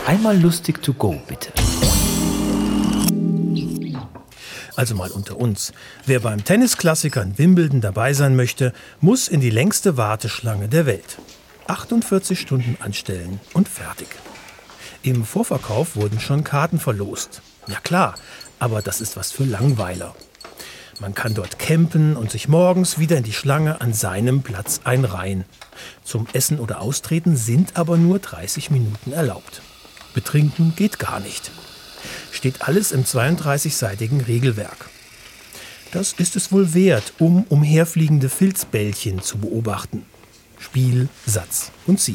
Einmal lustig to go, bitte. Also mal unter uns. Wer beim Tennisklassiker in Wimbledon dabei sein möchte, muss in die längste Warteschlange der Welt. 48 Stunden anstellen und fertig. Im Vorverkauf wurden schon Karten verlost. Ja klar, aber das ist was für Langweiler. Man kann dort campen und sich morgens wieder in die Schlange an seinem Platz einreihen. Zum Essen oder Austreten sind aber nur 30 Minuten erlaubt. Betrinken geht gar nicht. Steht alles im 32-seitigen Regelwerk. Das ist es wohl wert, um umherfliegende Filzbällchen zu beobachten. Spiel, Satz und Sieg.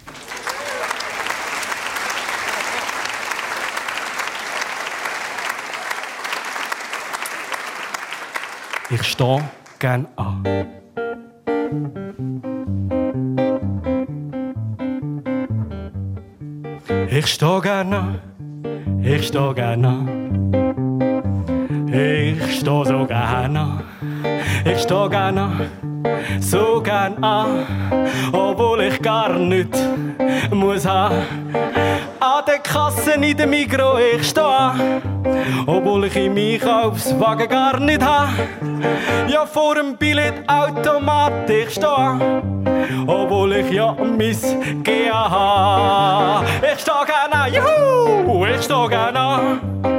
Ich stehe gern an. Ich stehe gern an. Ich stehe gern an. Ich stehe so gern an. Ich stehe gern an. So gern an. Obwohl ich gar nichts muss haben. An der Kasse in der Migros, ich stehe an. Obwohl ich im Einkaufswagen gar nicht habe. Ja, vor dem Billetautomat, ich stehe an. Obwohl ich ja mein GA habe. Ich stehe gerne an, juhu, ich stehe gerne an.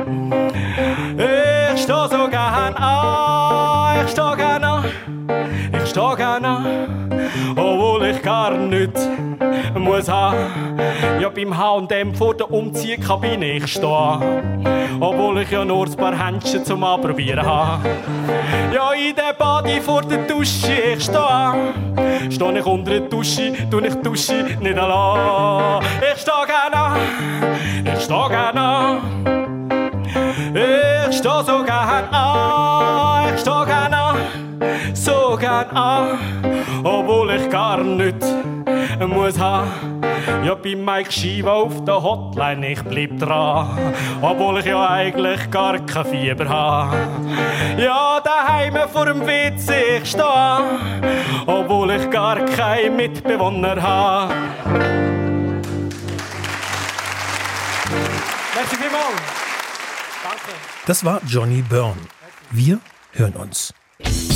Ich stehe so gerne an, ich stehe gerne an. Ich stehe gerne an, obwohl ich gar nichts muss haben. Ja, beim H&M vor der Umziehkabine, ich stehe. Obwohl ich ja nur ein paar Händchen zum Anprobieren habe. Ja, in der Badi vor der Dusche, ich stehe. Stehe ich unter der Dusche, tue ich die Dusche nicht allein. Ich stehe gerne an, ich stehe gerne an. Ich stehe so gerne an, ich stehe gerne an. So gern an, obwohl ich gar nichts muss haben. Ja, bei Mike Shiva auf der Hotline, ich bleib dran, obwohl ich ja eigentlich gar kein Fieber habe. Ja, daheim vor dem WC, ich stehe an, obwohl ich gar keinen Mitbewohner habe. Merci vielmals. Danke. Das war Johnny Byrne. Wir hören uns.